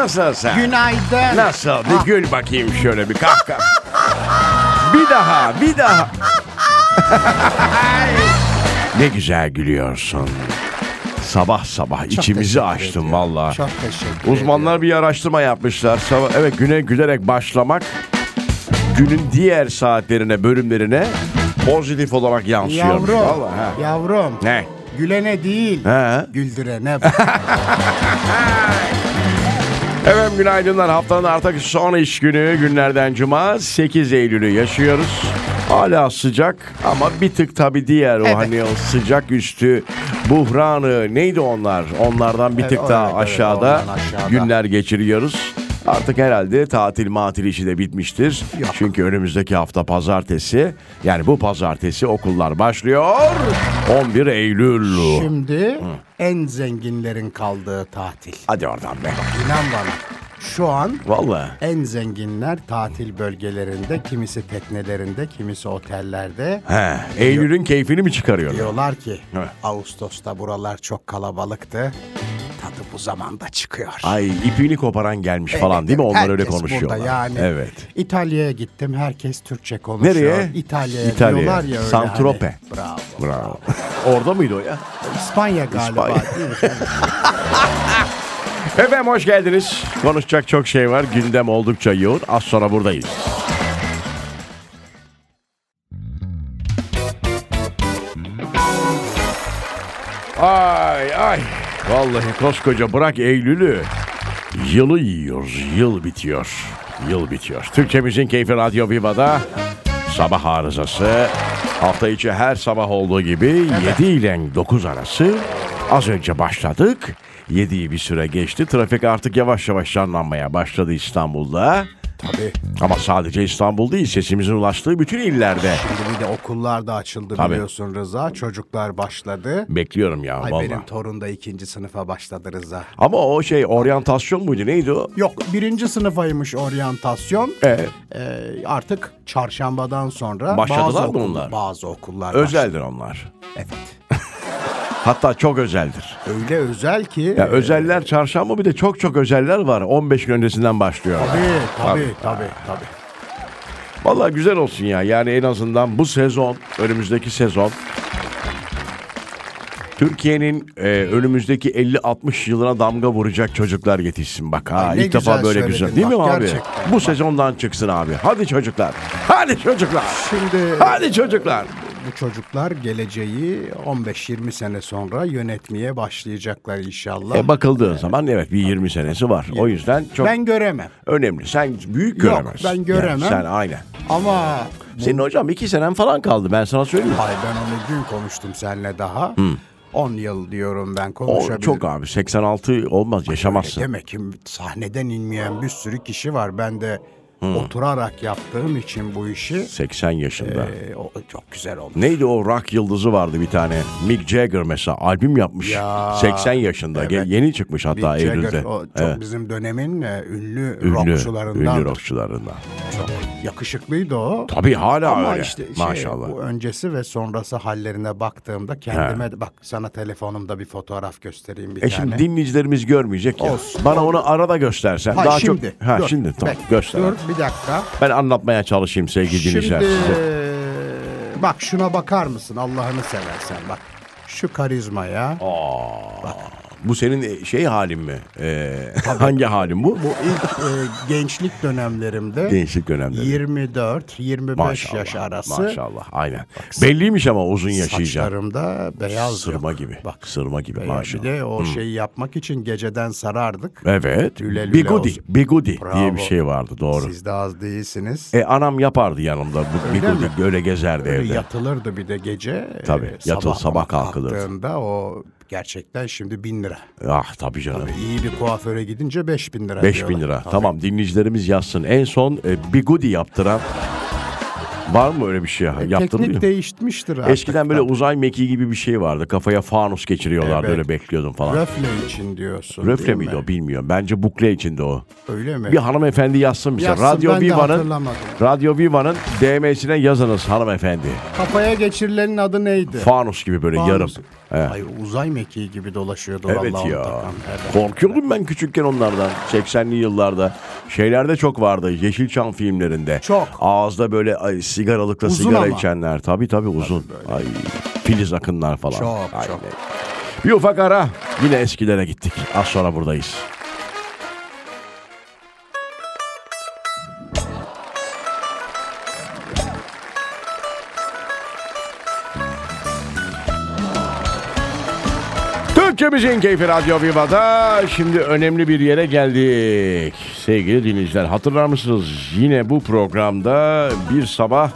Nasılsın? Günaydın. Nasıl? Bir gül bakayım şöyle bir kahkaha. Bir daha. Ne güzel gülüyorsun. Sabah sabah Çok içimizi teşekkür açtın ediyorum. valla. Çok teşekkür Uzmanlar bir araştırma yapmışlar. Evet, güne gülerek başlamak günün diğer saatlerine, bölümlerine pozitif olarak yansıyor. Yavrum. Ne? Gülene değil, He? güldürene bak. Evet, günaydınlar. Haftanın artık son iş günü, günlerden cuma, 8 Eylül'ü yaşıyoruz. Hala sıcak ama bir tık tabii diğer o hani o sıcak üstü buhranı neydi onlar? Onlardan bir tık daha aşağıda günler geçiriyoruz. Artık herhalde tatil işi de bitmiştir. Yok. Çünkü önümüzdeki hafta pazartesi, yani bu pazartesi okullar başlıyor. 11 Eylül. Şimdi en zenginlerin kaldığı tatil. Hadi oradan be. İnan bana. Şu an Vallahi. en zenginler tatil bölgelerinde, kimisi teknelerinde, kimisi otellerde. Eylül'ün keyfini mi çıkarıyorlar? Diyorlar ki Evet. Ağustos'ta buralar çok kalabalıktı. Tadı bu zamanda çıkıyor. Ay, ipini koparan gelmiş falan değil mi? Onlar öyle Herkes konuşuyorlar. burada yani. Evet. İtalya'ya gittim. Herkes Türkçe konuşuyor. Nereye? İtalya'ya İtalya. diyorlar ya öyle. Saint-Tropez. Hani. Bravo. Orada mıydı o ya? İspanya galiba İspanya. değil mi? Efendim hoş geldiniz. Konuşacak çok şey var. Gündem oldukça yoğun. Az sonra buradayız. Ay. Vallahi koskoca bırak Eylül'ü. Yılı yiyoruz. Yıl bitiyor. Türkçemizin keyfi Radyo Viva'da sabah arızası. Hafta içi her sabah olduğu gibi 7 ile 9 arası. Az önce başladık. 7'yi bir süre geçti. Trafik artık yavaş yavaş canlanmaya başladı İstanbul'da. Tabii. Ama sadece İstanbul değil, sesimizin ulaştığı bütün illerde. Şimdi bir de okullar da açıldı Tabii. biliyorsun Rıza. Çocuklar başladı. Bekliyorum ya Ay vallahi. benim torun da 2. sınıfa başladı Rıza. Ama o oryantasyon muydu neydi o? Yok 1. sınıfaymış oryantasyon. Artık çarşambadan sonra Başladılar mı onlar? Bazı okullar Özeldir onlar. Evet. Hatta çok özeldir. Öyle özel ki. Ya özeller çarşamba, bir de çok özeller var. 15 gün öncesinden başlıyor. Tabii. Vallahi güzel olsun ya. Yani en azından bu sezon, önümüzdeki sezon Türkiye'nin önümüzdeki 50-60 yılına damga vuracak çocuklar yetişsin bak. Ne İlk defa böyle söyledin güzel. Değil mi bak, abi? gerçekten. Bu sezondan çıksın abi. Hadi çocuklar. Şimdi Hadi çocuklar. bu çocuklar geleceği 15-20 sene sonra yönetmeye başlayacaklar inşallah. Bakıldığı zaman evet bir 20 senesi var. O yüzden çok Ben göremem. önemli. Sen büyük Yok, göremezsin. ben göremem. Yani sen aynen. Ama Senin hocam 2 senen falan kaldı, ben sana söyleyeyim. ay ben onu dün konuştum seninle daha. 10 yıl diyorum ben O konuşabilirim. çok abi, 86 olmaz, yaşamazsın. Demek ki sahneden inmeyen bir sürü kişi var. Ben de oturarak yaptığım için bu işi 80 yaşında. o çok güzel oldu. Neydi o rock yıldızı vardı bir tane. Mick Jagger mesela albüm yapmış. Ya, 80 yaşında. evet. Yeni çıkmış hatta Mick Jagger, Eylül'de. o çok Evet. bizim dönemin ünlü Ünlü rockçularından. rockçularından. Çok yakışıklıydı o. Tabii hala Ama öyle. işte Maşallah. bu öncesi ve sonrası hallerine baktığımda kendime bak sana telefonumda bir fotoğraf göstereyim bir tane. Şimdi dinleyicilerimiz görmeyecek ya. Olsun. Bana onu arada göstersen. Ha, daha şimdi. çok. Dur. Şimdi tamam, Bek, göster. Dur bir dakika. Ben anlatmaya çalışayım sevgili dinleyiciler Şimdi size. bak şuna bakar mısın Allah'ını seversen bak. Şu karizmaya. Bu senin halin mi? Hangi halin bu? Bu ilk gençlik dönemlerimde Gençlik dönemleri. 24-25 yaş arası. Maşallah aynen. Belliymiş ama uzun yaşayacak. Saçlarımda beyaz Sırma yok. gibi. Bak. Sırma gibi maşallah. Bir de o şeyi yapmak için geceden sarardık. Evet. Lüle lüle Bigudi. olsun. Bigudi Bravo. diye bir şey vardı, doğru. Siz de az değilsiniz. Anam yapardı yanımda. Bu Öyle Bigudi mi? böyle gezerdi Böyle evde. yatılırdı bir de gece. Tabii, sabah kalkılırdı. Kalktığında o gerçekten şimdi 1000 lira. Ah tabii canım. İyi bir kuaföre gidince 5000 lira 5000 diyorlar. lira. Tabii. Tamam, dinleyicilerimiz yazsın. En son Bigudi yaptıran var mı öyle bir şey? Yaptın Teknik mı? değişmiştir artık. Eskiden böyle tabii. uzay mekiği gibi bir şey vardı. Kafaya fanus geçiriyorlardı, Evet. öyle bekliyordum falan. Röfle için diyorsun. Röfle değil miydi mi? o bilmiyorum. Bence bukle içinde o. Öyle mi? Bir hanımefendi yazsın bize. Yazsın, Radyo ben de Viva'nın hatırlamadım. DM'sine yazınız hanımefendi. Kafaya geçirilenin adı neydi? Fanus gibi böyle Fanus. yarım. Evet. Hayır, uzay mekiği gibi dolaşıyordu Evet vallahi ya. onu takan. Evet. Korkuyordum ben küçükken onlardan. 80'li yıllarda. Şeylerde çok vardı. Yeşilçam filmlerinde. Çok. Ağızda böyle sigaralıkla Uzun sigara ama. içenler. Tabii uzun. Ay, Filiz Akınlar falan. Çok, Aynen. çok. Bir ufak ara. Yine eskilere gittik. Az sonra buradayız. Türkçemizin Keyfi Radyo Viva'da şimdi önemli bir yere geldik. Sevgili dinleyiciler, hatırlar mısınız? Yine bu programda bir sabah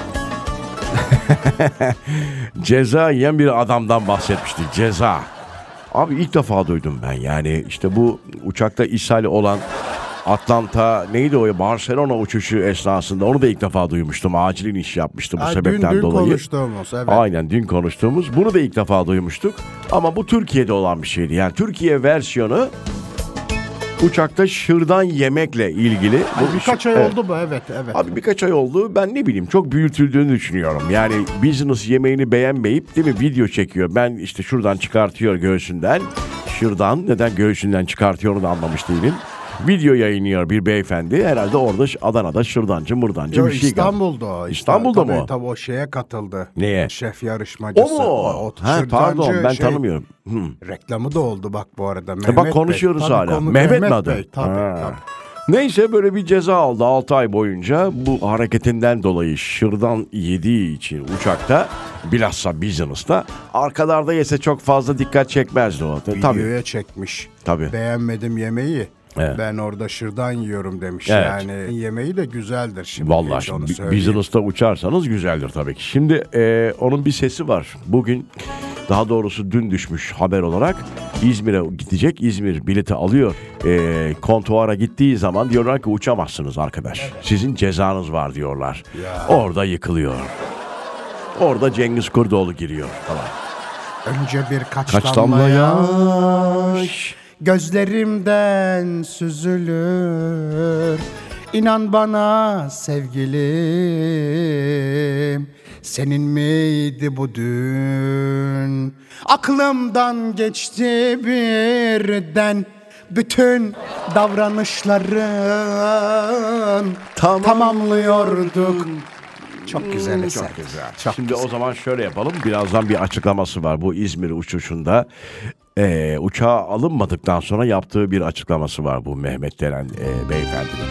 ceza yiyen bir adamdan bahsetmiştik. Ceza. Abi ilk defa duydum ben. Yani işte bu uçakta ishal olan Atlanta neydi o ya, Barcelona uçuşu esnasında onu da ilk defa duymuştum. Acil iniş yapmıştı bu sebepten dün dolayı. konuştuğumuz, evet. Aynen, dün konuştuğumuz. Bunu da ilk defa duymuştuk. Ama bu Türkiye'de olan bir şeydi. Yani Türkiye versiyonu uçakta şırdan yemekle ilgili. Birkaç ay oldu bu, evet. Abi birkaç ay oldu. Ben ne bileyim, çok büyütüldüğünü düşünüyorum. Yani business yemeğini beğenmeyip değil mi video çekiyor. Ben işte şuradan çıkartıyor göğsünden. Şırdan neden göğsünden çıkartıyor onu da anlamış değilim. Video yayınlıyor bir beyefendi. Herhalde orada Adana'da şırdancı mırdancı bir şey. İstanbul'da o. İstanbul'da mı o? Tabii o şeye katıldı. Neye? Şef yarışmacısı. O mu? O Pardon, ben şey, tanımıyorum. Reklamı da oldu bak bu arada. Bak konuşuyoruz Bey. hala. Tabii, Mehmet mi adı? Bey. Tabii. Neyse, böyle bir ceza aldı 6 ay boyunca. Bu hareketinden dolayı şırdan yediği için uçakta, bilhassa business'ta, arkalarda yese çok fazla dikkat çekmezdi o. Videoya çekmiş. Tabii. Beğenmedim yemeği. Evet. Ben orada şırdan yiyorum demiş. Evet. Yani yemeği de güzeldir şimdi. Vallahi onu şimdi söyleyeyim. business'ta uçarsanız güzeldir tabii ki. Şimdi onun bir sesi var. Bugün, daha doğrusu dün düşmüş haber olarak, İzmir'e gidecek. İzmir bileti alıyor. Kontuara gittiği zaman diyorlar ki uçamazsınız arkadaş. Evet. Sizin cezanız var diyorlar. Ya. Orada yıkılıyor. Orada Cengiz Kurdoğlu giriyor falan. Önce birkaç Kaç damla damla yaş gözlerimden süzülür. İnan bana sevgilim, senin miydi bu dün? Aklımdan geçti birden bütün davranışların, tamamlıyorduk. Çok güzel eser. Çok güzel. Çok Şimdi güzel. o zaman şöyle yapalım. Birazdan bir açıklaması var. Bu İzmir uçuşunda uçağa alınmadıktan sonra yaptığı bir açıklaması var bu Mehmet denen beyefendinin.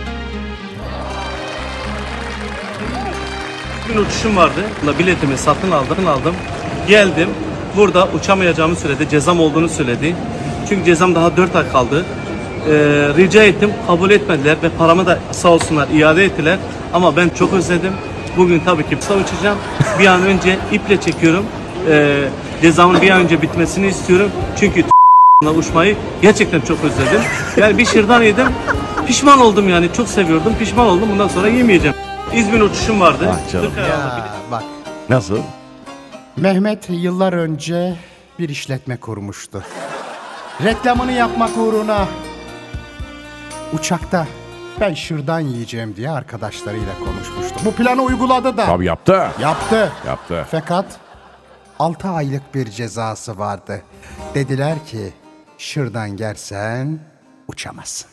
Bir uçuşum vardı. Biletimi satın aldım. Geldim. Burada uçamayacağımı söyledi. Cezam olduğunu söyledi. Çünkü cezam daha 4 ay kaldı. Rica ettim. Kabul etmediler ve paramı da sağ olsunlar iade ettiler. Ama ben çok özledim. Bugün tabii ki kısa uçacağım. Bir an önce iple çekiyorum. Cezamın bir an önce bitmesini istiyorum. Çünkü uçmayı gerçekten çok özledim. Yani bir şırdan yedim. Pişman oldum yani. Çok seviyordum. Pişman oldum. Bundan sonra yemeyeceğim. İzmir uçuşum vardı. Ah canım. Ya bak, Nasıl? Mehmet yıllar önce bir işletme kurmuştu. Reklamını yapmak uğruna uçakta ben şırdan yiyeceğim diye arkadaşlarıyla konuşmuştu. Bu planı uyguladı da. Tabii yaptı. Yaptı. Yaptı. Fakat 6 aylık bir cezası vardı. Dediler ki şırdan yersen uçamazsın.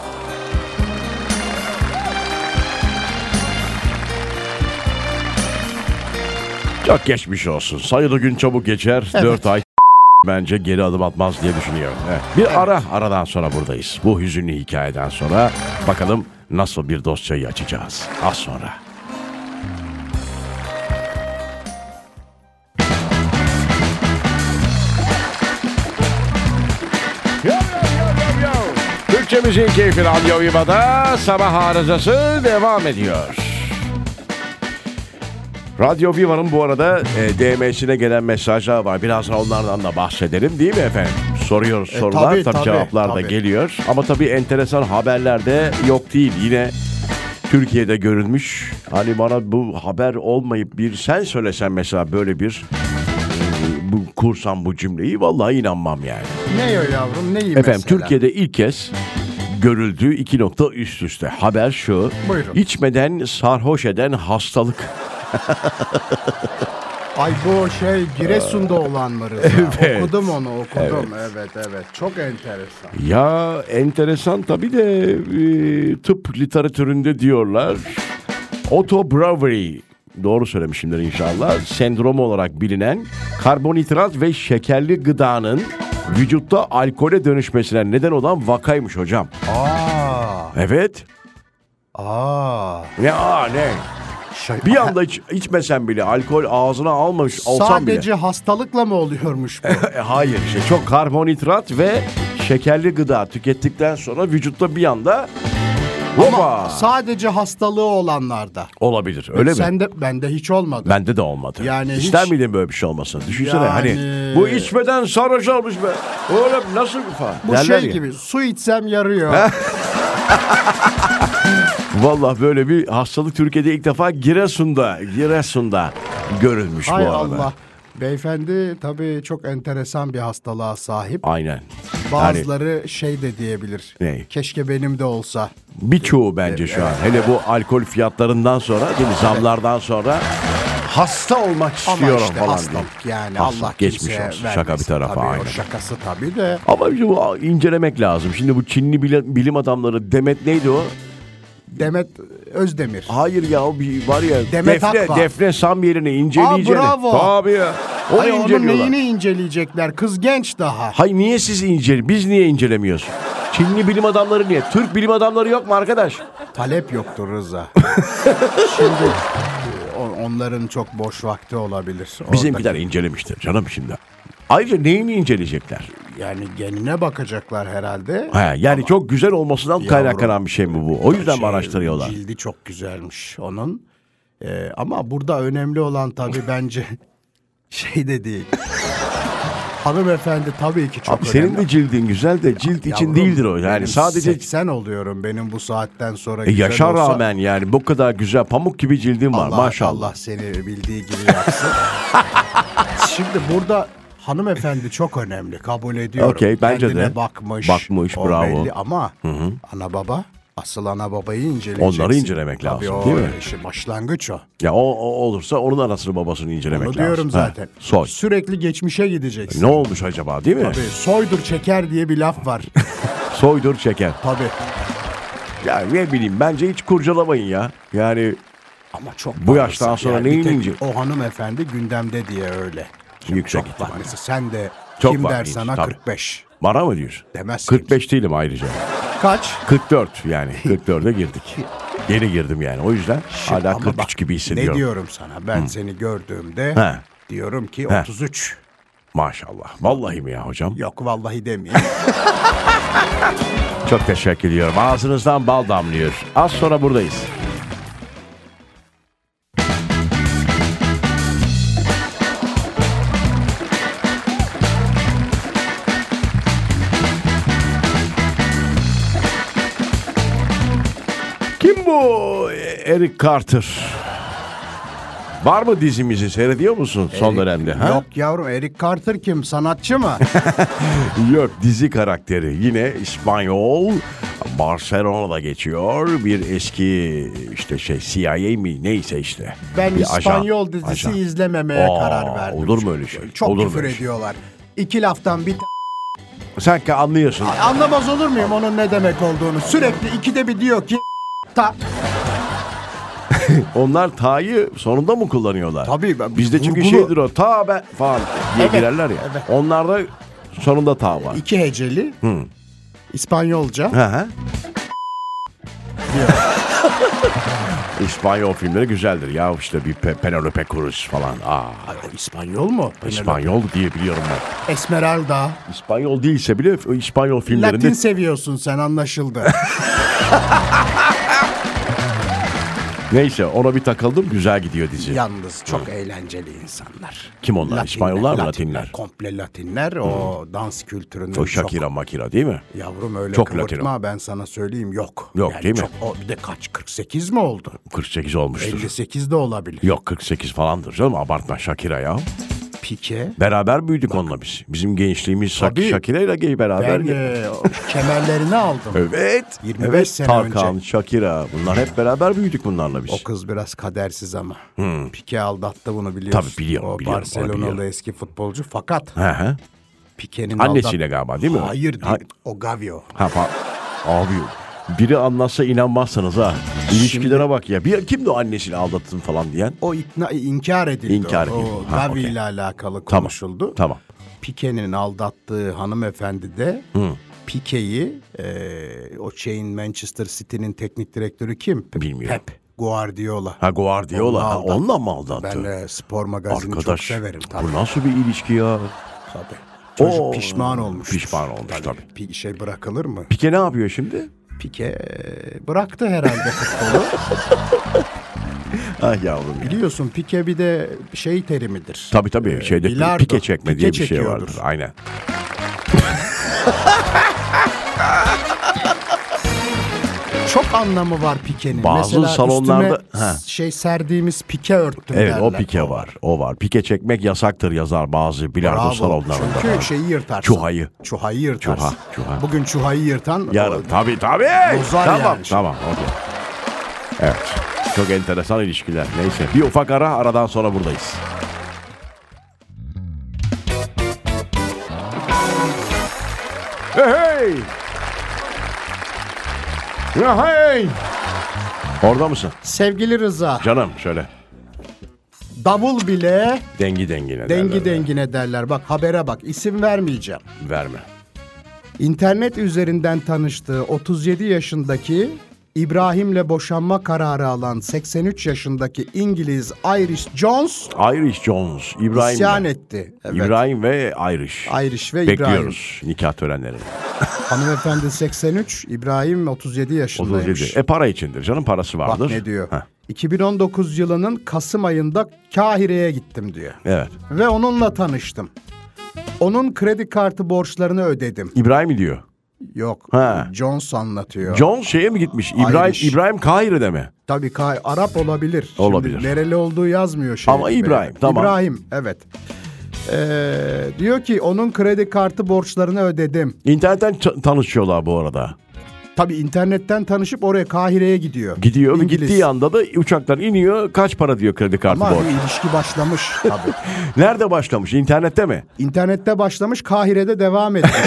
Çok geçmiş olsun. Sayılı gün çabuk geçer. Evet. 4 ay bence geri adım atmaz diye düşünüyorum. Evet. Bir aradan sonra buradayız. Bu hüzünlü hikayeden sonra bakalım nasıl bir dosyayı açacağız. Az sonra. Türkçemizin Keyfi Radyo Viva'da sabah arızası devam ediyor. Radyo Viva'nın bu arada DM'sine gelen mesajlar var. Birazdan onlardan da bahsedelim değil mi efendim? Soruyoruz sorular. Tabii cevaplar da geliyor. Ama tabii enteresan haberler de yok değil. Yine Türkiye'de görülmüş. Hani bana bu haber olmayıp bir sen söylesen mesela böyle bir bu kursam bu cümleyi, vallahi inanmam yani. Ne o yavrum, neyi Efendim mesela? Türkiye'de ilk kez görüldüğü 2 nokta üst üste. Haber şu. Buyurun. İçmeden sarhoş eden hastalık. Ay bu Giresun'da olan mı Rıza? Evet. Okudum onu. Evet. Çok enteresan. Ya enteresan tabii de tıp literatüründe diyorlar. Autobravery, doğru söylemişimdir inşallah, sendromu olarak bilinen karbonhidrat ve şekerli gıdanın vücutta alkole dönüşmesine neden olan vakaymış hocam. Evet. Ne? Bir anda içmesen bile, alkol ağzına almamış olsan bile. Sadece hastalıkla mı oluyormuş bu? Hayır, çok karbonhidrat ve şekerli gıda tükettikten sonra vücutta bir anda Ama sadece hastalığı olanlarda. olabilir. Öyle mi? Bende hiç olmadı. Bende de olmadı. Yani İster miydin böyle bir şey olmasın? Düşünsene hani bu içmeden sarhoş olmuş be. Öyle nasıl bir falan. Bu Derler ya. gibi su içsem yarıyor. Vallahi böyle bir hastalık Türkiye'de ilk defa Giresun'da görülmüş Hay bu arada. Allah. Beyefendi tabii çok enteresan bir hastalığa sahip. Aynen. Bazıları de diyebilir. Ne? Keşke benim de olsa. Birçoğu bence şu an. Hele bu alkol fiyatlarından sonra, değil mi, zamlardan sonra hasta olmak Ama istiyorum işte falan hastalık diye. yani Hastalık Allah geçmiş kimseye olsun. vermesin. Şaka bir tarafa, tabii, aynen. O şakası tabii de. Ama bu incelemek lazım. Şimdi bu Çinli bilim adamları, Demet neydi o? Demet Özdemir. Hayır ya, o bir var ya, Demet Akbağ. Defne Samyeli'ni inceleyeceğini. Bravo. Tabii ya. Onu Ay, onun inceliyorlar. neyini inceleyecekler? Kız genç daha. Hayır, niye siz biz niye incelemiyoruz? Çinli bilim adamları niye? Türk bilim adamları yok mu arkadaş? Talep yoktur Rıza. Şimdi onların çok boş vakti olabilir. Bizimkiler incelemiştir canım şimdi. Ayrıca neyini inceleyecekler? Yani genine bakacaklar herhalde. Yani çok güzel olmasından kaynaklanan bir şey mi bu? O yüzden mi araştırıyorlar? Cildi çok güzelmiş onun. Ama burada önemli olan tabii bence de değil. Hanımefendi tabii ki çok Abi önemli. senin de cildin güzel de cilt için Yavrum, değildir o. Yani benim sadece 80 oluyorum benim bu saatten sonra güzel yaşa olsa. rağmen yani bu kadar güzel pamuk gibi cildin var maşallah. Allah seni bildiği gibi yapsın. Şimdi burada hanımefendi çok önemli, kabul ediyorum. Okey, bence Kendine de. Bakmış, o bravo. belli ama ana baba, asıl ana babayı inceleyeceksin. Onları incelemek Tabii lazım, değil mi? Işte başlangıç o. Ya o olursa onun anasını babasını incelemek Onu lazım. diyorum zaten. Soy. Sürekli geçmişe gideceksin. Ne olmuş acaba, değil mi? Tabii soydur çeker diye bir laf var. Soydur çeker. Tabii. Ya ne bileyim, bence hiç kurcalamayın ya. Yani Ama çok bu var yaştan Rıza. sonra Yani neyin bir tek ince? O hanımefendi gündemde diye öyle. Yüksek Çok ihtimal. var. Mesela sen de Çok kim var, der hiç, sana tabii. 45. Bana mı diyorsun? Demez 45 değilim ayrıca. Kaç? 44 yani. 44'e girdik. Yeni girdim yani. O yüzden hala Ama 43 bak, gibi hissediyorum. Ne diyorum sana? Ben seni gördüğümde He. diyorum ki He. 33. Maşallah. Vallahi mi ya hocam? Yok vallahi demeyeyim. Çok teşekkür ediyorum. Ağzınızdan bal damlıyor. Az sonra buradayız. Kim bu Eric Carter? Var mı dizimizi seyrediyor musun son dönemde? Ha? Yok yavrum, Eric Carter kim? Sanatçı mı? Yok, dizi karakteri. Yine İspanyol. Barcelona'da geçiyor. Bir eski işte CIA mi neyse işte. Ben Bir İspanyol ajan, dizisi ajan. izlememeye karar verdim. Olur mu öyle şey? Çok Olur mu küfür öyle şey? ediyorlar. İki laftan bir Sen ki anlıyorsun. anlamaz olur muyum onun ne demek olduğunu? Sürekli ikide bir diyor ki ta. Onlar ta'yı sonunda mı kullanıyorlar? Tabii, ben Bizde çünkü vurgulu. şeydir o. Ta ben falan diye Evet, girerler ya. evet. Onlarda sonunda ta var. İki heceli. İspanyolca. Hı hı. İspanyol filmleri güzeldir ya, işte bir Penelope Cruz falan. Ay, o İspanyol mu? İspanyol diye biliyorum ben. Esmeralda. İspanyol değilse bile o İspanyol filmlerinde Latin seviyorsun sen, anlaşıldı. neyse ona bir takıldım, güzel gidiyor dizi. Yalnız çok eğlenceli insanlar. Kim onlar? İspanyollar mı, Latinler? Komple Latinler. O dans kültürünün O Shakira Makira değil mi? Yavrum öyle Çok kıvırtma, Latino. ben sana söyleyeyim, yok. Yok, değil mi? Bir de kaç, 48 mi oldu? 48 olmuştur. 58 de olabilir. Yok, 48 falandır canım, abartma Shakira ya. Pike. Beraber büyüdük onunla biz. Bizim gençliğimiz Tabii. Shakira ile beraber. Ben kemerlerini aldım. Evet. 25 evet. sene Tarkan, önce. Shakira. Bunlar hep beraber büyüdük bunlarla biz. O kız biraz kadersiz ama. Pike aldattı bunu biliyorsun. Tabii biliyorum, O biliyorum, onu Barcelonalı biliyorum. eski futbolcu. Fakat Hı hı. Pike'nin Annesiyle galiba değil mi? Hayır değil. Ha- O Gavio. Abi biri anlatsa inanmazsınız ha. İlişkilere bak ya. Kimdi o annesini aldattın falan diyen? O inkar edildi. İnkar o. edildi. O Ha, Gavi okey. ile alakalı Tamam. konuşuldu. Tamam. Pike'nin aldattığı hanımefendi de Pike'yi o şeyin Manchester City'nin teknik direktörü kim? Bilmiyorum. Pep Guardiola. Ha Guardiola. Ha, aldattı. onunla mı aldattı? Ben de spor magazini Arkadaş, çok severim tabii. bu nasıl bir ilişki ya? Tabii. Çocuk Oo, pişman olmuş. pişman olmuş tabii. Bir şey bırakılır mı? Pike ne yapıyor şimdi? Pike bıraktı herhalde futbolu. Ah yavrum ya. Biliyorsun Pike bir de şey terimidir. Tabii şeyde bilardo, pike çekme pike diye bir şey çekiyordur. vardır. Aynen. Çok anlamı var pikenin. Bazı Mesela salonlarda- üstüne Ha. şey serdiğimiz pike örttüm Evet derler. o pike var. O var. Pike çekmek yasaktır yazar bazı bilardo Bravo. salonlarında. Çünkü şeyi yırtarsın. Çuhayı. Çuhayı yırtarsın. Çuha. Bugün çuhayı yırtan Yarın tabii. Bozar Tamam yani. tamam. Okey. Evet. Çok enteresan ilişkiler. Neyse bir ufak aradan sonra buradayız. Hey! Ya hey! Orada mısın? Sevgili Rıza, Canım şöyle. davul bile Dengi dengine dengi derler. dengine derler. Bak habere bak, isim vermeyeceğim. Verme. İnternet üzerinden tanıştığı 37 yaşındaki İbrahim'le boşanma kararı alan 83 yaşındaki İngiliz Irish Jones Irish Jones. İbrahim. isyan etti. Evet. İbrahim ve Irish. Irish ve İbrahim. Bekliyoruz nikah törenlerini. Hanımefendi 83, İbrahim 37 yaşındaymış. 37. Para içindir canım parası vardır. Bak ne diyor. Heh, 2019 yılının Kasım ayında Kahire'ye gittim diyor. evet. Ve onunla tanıştım. Onun kredi kartı borçlarını ödedim. İbrahim diyor. Yok, Ha. Jones anlatıyor. John şeye mi gitmiş? Irish. İbrahim Kahire'de mi? Tabii Arap olabilir. Olabilir. Şimdi nereli olduğu yazmıyor şey. Ama İbrahim, tamam. İbrahim, evet. Diyor ki onun kredi kartı borçlarını ödedim. İnternetten tanışıyorlar bu arada. Tabii internetten tanışıp oraya Kahire'ye gidiyor. Gidiyor ve İngiliz. gittiği anda da uçaktan iniyor. Kaç para diyor kredi kartı Ama borç? bir ilişki başlamış tabii. Nerede başlamış? İnternette mi? İnternette başlamış, Kahire'de devam etmiş.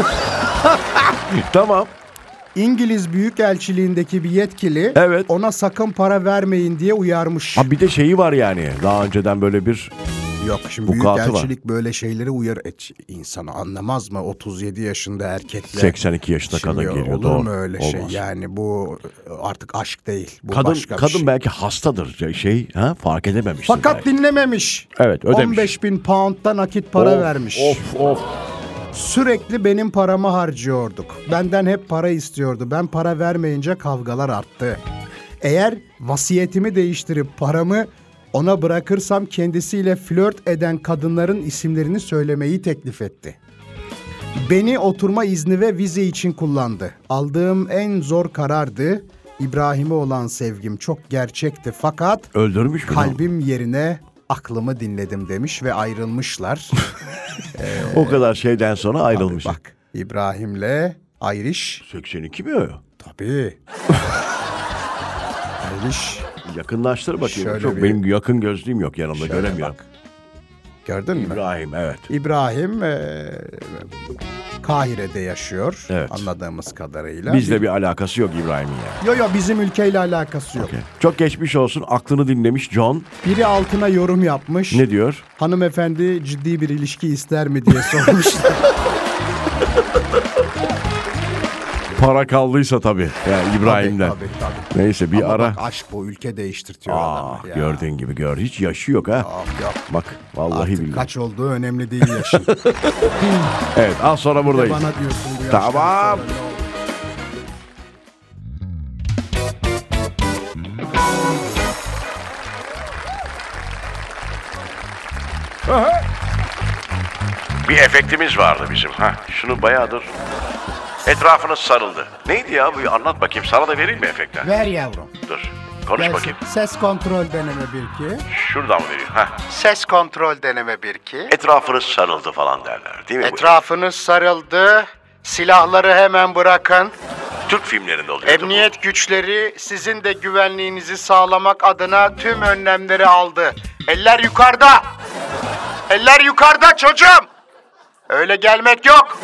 Tamam. İngiliz Büyükelçiliğindeki bir yetkili Evet. ona sakın para vermeyin diye uyarmış. Ha bir de şeyi var yani. Daha önceden böyle bir Yok şimdi vukuatı Büyükelçilik böyle şeyleri uyar insanı anlamaz mı? 37 yaşında erkekler. 82 yaşında Şimdi kadın geliyor. olur Doğru. mu öyle Olmaz. şey? Yani bu artık aşk değil. Bu Kadın başka bir şey. belki hastadır. Fark edememiştir. Fakat belki. dinlememiş. Evet, ödemiş. 15.000 pound'da nakit para Of, vermiş. Of. Sürekli benim paramı harcıyorduk. Benden hep para istiyordu. Ben para vermeyince kavgalar arttı. Eğer vasiyetimi değiştirip paramı ona bırakırsam kendisiyle flört eden kadınların isimlerini söylemeyi teklif etti. Beni oturma izni ve vize için kullandı. Aldığım en zor karardı. İbrahim'e olan sevgim çok gerçekti fakat Öldürmüş mü? kalbim yerine aklımı dinledim demiş ve ayrılmışlar. O kadar şeyden sonra ayrılmış. Bak İbrahim'le Irish. 82 mi o? Tabii. Irish. Yakınlaştır bakayım. Şöyle Çok bir- benim yakın gözlüğüm yok yanımda Şöyle göremiyorum. bak. Gördün mü? İbrahim evet. İbrahim Kahire'de yaşıyor Evet. anladığımız kadarıyla. Bizle bir alakası yok İbrahim'in ya. Yo bizim ülkeyle alakası yok. Okay. Çok geçmiş olsun. Aklını dinlemiş John. Biri altına yorum yapmış. Ne diyor? Hanımefendi ciddi bir ilişki ister mi diye sormuşlar. Para kaldıysa tabii. Yani İbrahim'den. Tabii. Neyse bir Ama ara. bak aşk bu ülke değiştirtiyor adamı. Ya. Gördüğün gibi gör. Hiç yaşı yok ha. Yok. Bak vallahi Artık billahi. kaç olduğu önemli değil yaşın. Evet az sonra buradayız. Bana diyorsun bu yaştan Tamam. sonra ne olur? Bir efektimiz vardı bizim. Şunu bayağıdır. Etrafınız sarıldı. Neydi ya bu? Anlat bakayım. Sana da vereyim mi efekten? Ver yavrum. Dur. Konuş Gelsin. bakayım. Ses kontrol deneme 1-2. Şuradan veriyor. Heh. Ses kontrol deneme 1-2. Etrafınız sarıldı falan derler değil mi? Etrafınız sarıldı. Silahları hemen bırakın. Türk filmlerinde oluyor. Emniyet güçleri sizin de güvenliğinizi sağlamak adına tüm önlemleri aldı. Eller yukarıda. Eller yukarıda çocuğum. Öyle gelmek yok.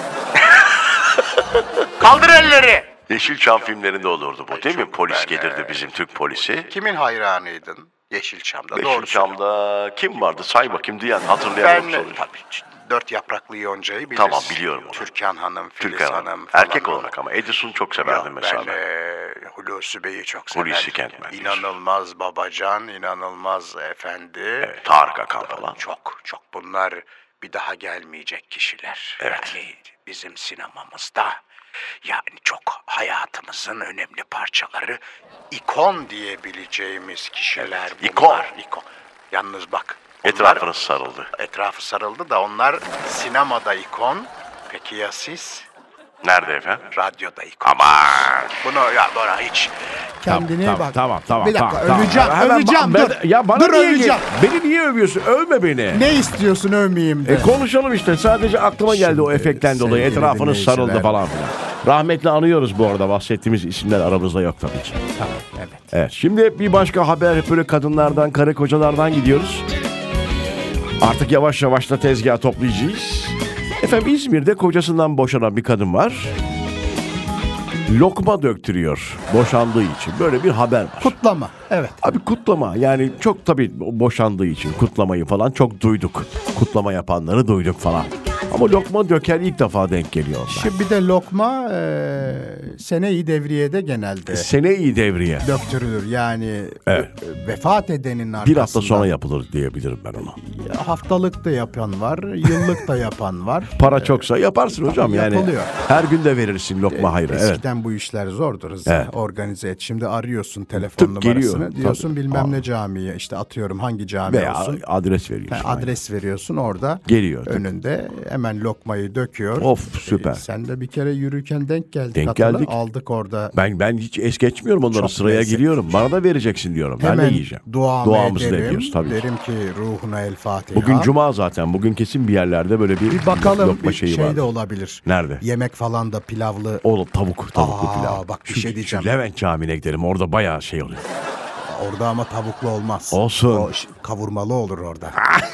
Kaldır elleri. Yeşilçam filmlerinde olurdu bu değil mi? Polis gelirdi, bizim Türk polisi. Kimin hayranıydın Yeşilçam'da? Doğru Yeşilçam'da kim vardı? Say bakayım diyen hatırlayan Ben olursa. tabii 4 yapraklı yoncayı biliriz. Tamam, biliyorum onu. Türkan Hanım, Filiz Türkan Hanım Hanım. falan. Erkek olarak ama Edison'u çok severdim mesela. Ben Hulusi Bey'i çok severdim. Hulusi Kentmen. İnanılmaz Babacan, inanılmaz efendi. Evet, Tarık Akan falan. Çok bunlar bir daha gelmeyecek kişiler. Evet. Yani bizim sinemamızda yani çok hayatımızın önemli parçaları, ikon diyebileceğimiz kişiler bunlar. İkon. Yalnız bak. Etrafınız sarıldı. Etrafı sarıldı da onlar sinemada ikon. Peki ya siz? Nerede efendim? Radyoda ikon. Aman. Bunu ya bana hiç. Kendine bak. Tamam. Bir dakika, tamam. öveceğim, Hemen öveceğim, ben- dur. Ya bana Dur, niye öveceğim. Beni niye övüyorsun? Övme beni. Ne istiyorsun övmeyeyim de. Konuşalım işte. Sadece aklıma geldi o Şimdi efektten dolayı. sevgili Etrafınız sarıldı dinleyiciler. falan filan. Rahmetli anıyoruz bu arada. Bahsettiğimiz isimler aramızda yok tabii ki. Tamam, evet. Evet. Şimdi bir başka haber, hep böyle kadınlardan, karı kocalardan gidiyoruz. Artık yavaş yavaş da tezgah toplayacağız. Efendim, İzmir'de kocasından boşanan bir kadın var. Lokma döktürüyor boşandığı için. Böyle bir haber var. Kutlama. Evet. Abi kutlama, yani çok tabii boşandığı için kutlamayı falan çok duyduk. Kutlama yapanları duyduk falan. Ama lokma döken ilk defa denk geliyor onlar. Şimdi bir de lokma sene-i devriyede genelde Sene-i devriye. döktürülür. Yani Evet. vefat edenin arkasından. Bir hafta sonra yapılır diyebilirim ben ona. Haftalık da yapan var, yıllık da yapan var. Para çoksa yaparsın hocam yani. yapılıyor. Her gün de verirsin lokma hayrı. Evet. Eskiden bu işler zordur. Evet. Organize et. Şimdi arıyorsun telefon Tık geliyor. numarasını. Diyorsun Tabii. bilmem ne camiye. İşte atıyorum hangi cami Veya olsun. adres veriyorsun. Adres veriyorsun orada. Geliyor, tık. Önünde hemen lokmayı döküyor. Of, süper. Sen de bir kere yürürken denk geldik. Denk hatırla. geldik. Aldık orada. Ben hiç es geçmiyorum onları, Çok sıraya lezzetli. giriyorum. Bana da vereceksin diyorum. Ben de Hemen yiyeceğim. duamızı da ediyoruz tabii. Derim ki ruhuna el Fatiha. Bugün cuma zaten. Bugün kesin bir yerlerde böyle bir Bakalım lokma bir şeyi şey var. de olabilir. Nerede? Yemek falan da pilavlı. Oğlum tavuklu Aa, pilav. bak bir şey diyeceğim. Şu Levent Camii'ne gidelim. Orada bayağı şey oluyor. Orada ama tavuklu olmaz. Olsun. Kavurmalı olur orada.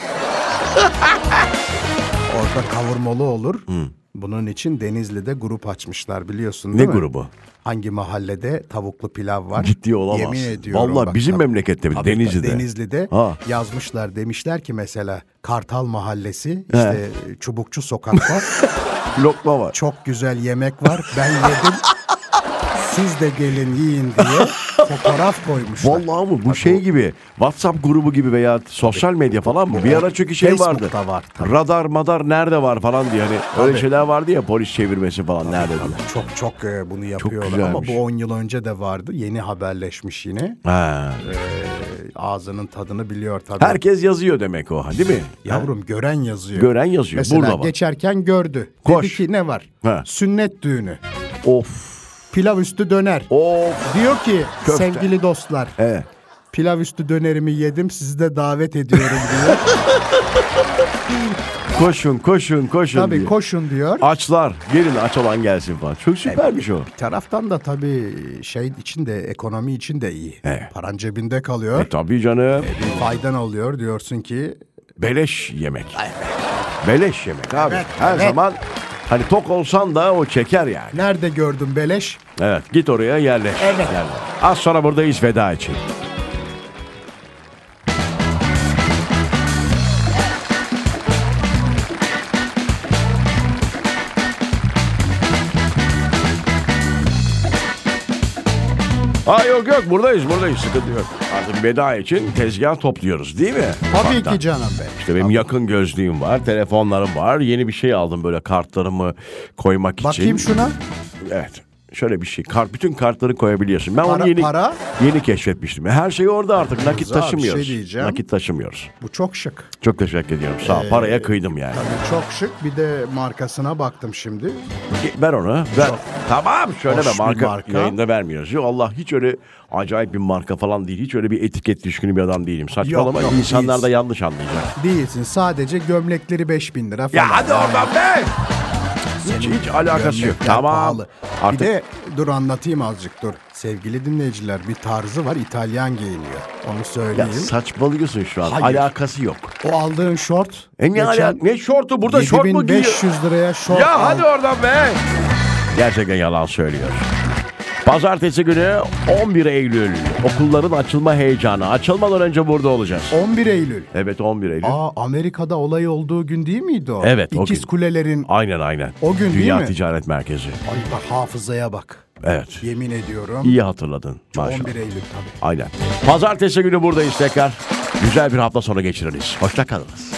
Orada kavurmalı olur. Bunun için Denizli'de grup açmışlar biliyorsun değil Ne mi? grubu? Hangi mahallede tavuklu pilav var? Ciddi olamazsın. Yemin ediyorum. Vallahi bak, bizim tabii. memlekette bir Tabii, Denizli'de. Denizli'de Ha. yazmışlar, demişler ki mesela Kartal Mahallesi işte Çubukçu Sokak'ta Lokma var. çok güzel yemek var. Ben yedim. Siz de gelin yiyin diye fotoğraf koymuşlar. Vallahi bu şey gibi, WhatsApp grubu gibi veya sosyal medya falan mı? Bir ara çünkü şey vardı. Facebook'ta var, tabii. Radar madar nerede var falan diye, hani öyle Tabii. şeyler vardı ya, polis çevirmesi falan nerede diye. Çok bunu yapıyorlar ama güzelmiş. bu 10 yıl önce de vardı. Yeni haberleşmiş yine. Ha. Ağzının tadını biliyor tabii. Herkes yazıyor demek o, değil mi? Yavrum gören yazıyor. Gören yazıyor. Mesela Burada var. geçerken gördü. Koş. Dedi ki ne var? Ha. Sünnet düğünü. Of. Pilav üstü döner. Of. Diyor ki Köfte. sevgili dostlar. Evet. Pilav üstü dönerimi yedim. Sizi de davet ediyorum diyor. Koşun Tabii diyor. koşun diyor. Açlar. Gelin, aç olan gelsin falan. Çok süpermiş o. Bir taraftan da tabii şey için de ekonomi için de iyi. Evet. Paran cebinde kalıyor. Tabii canım. Bir faydan oluyor diyorsun ki Beleş yemek. Beleş yemek abi. Evet, Her evet. zaman hani tok olsan da o çeker yani. nerede gördün beleş? Evet, git oraya yerleş. Evet. Yerleş. Az sonra buradayız veda için. Yok buradayız sıkıntı yok. Artık veda için tezgah topluyoruz değil mi? Tabii Ufaktan. ki canım benim. İşte benim yakın gözlüğüm var, telefonlarım var. Yeni bir şey aldım böyle kartlarımı koymak için. Bakayım şuna. Evet. şöyle bir şey. Bütün kartları koyabiliyorsun. Ben Para- onu para? yeni keşfetmiştim. Her şey orada artık. Nakit Güzel, bir şey taşımıyoruz. diyeceğim. Nakit taşımıyoruz. Bu çok şık. Çok teşekkür ediyorum. Sağ ol. Paraya kıydım yani. Tabii çok şık. Bir de markasına baktım şimdi. Ver onu. Ver. Tamam söyleme hoş bir marka. marka. Yayında vermiyoruz. Yok Allah hiç öyle acayip bir marka falan değil. Hiç öyle bir etiket düşkünü bir adam değilim. Saçmalama. Yok, İnsanlar da değilsin. yanlış anlayacak. Değilsin. Sadece gömlekleri 5.000 lira falan. Ya hadi oradan be. Hiç alakası yok. Gömlekler Tamam. pahalı. Artık Bir de dur anlatayım azıcık dur. Sevgili dinleyiciler bir tarzı var, İtalyan giyiniyor. Onu ya söyleyeyim. saçmalıyorsun şu an. Hayır. Alakası yok. O aldığın şort Ne şortu? Burada şort mu giyiyor? 7500 liraya şort Ya al. hadi oradan be. Gerçekten yalan söylüyor. Pazartesi günü 11 Eylül. Okulların açılma heyecanı. Açılmadan önce burada olacağız. 11 Eylül. Evet 11 Eylül. Amerika'da olay olduğu gün değil miydi o? Evet, o İkiz gün. Kulelerin. Aynen. O gün değil Dünya mi? Ticaret Merkezi. Ay bak hafızaya bak. Evet. Yemin ediyorum. İyi hatırladın. Maşallah. 11 Eylül tabii. Aynen. Pazartesi günü buradayız tekrar. Güzel bir hafta sonu geçiririz. Hoşça kalınız.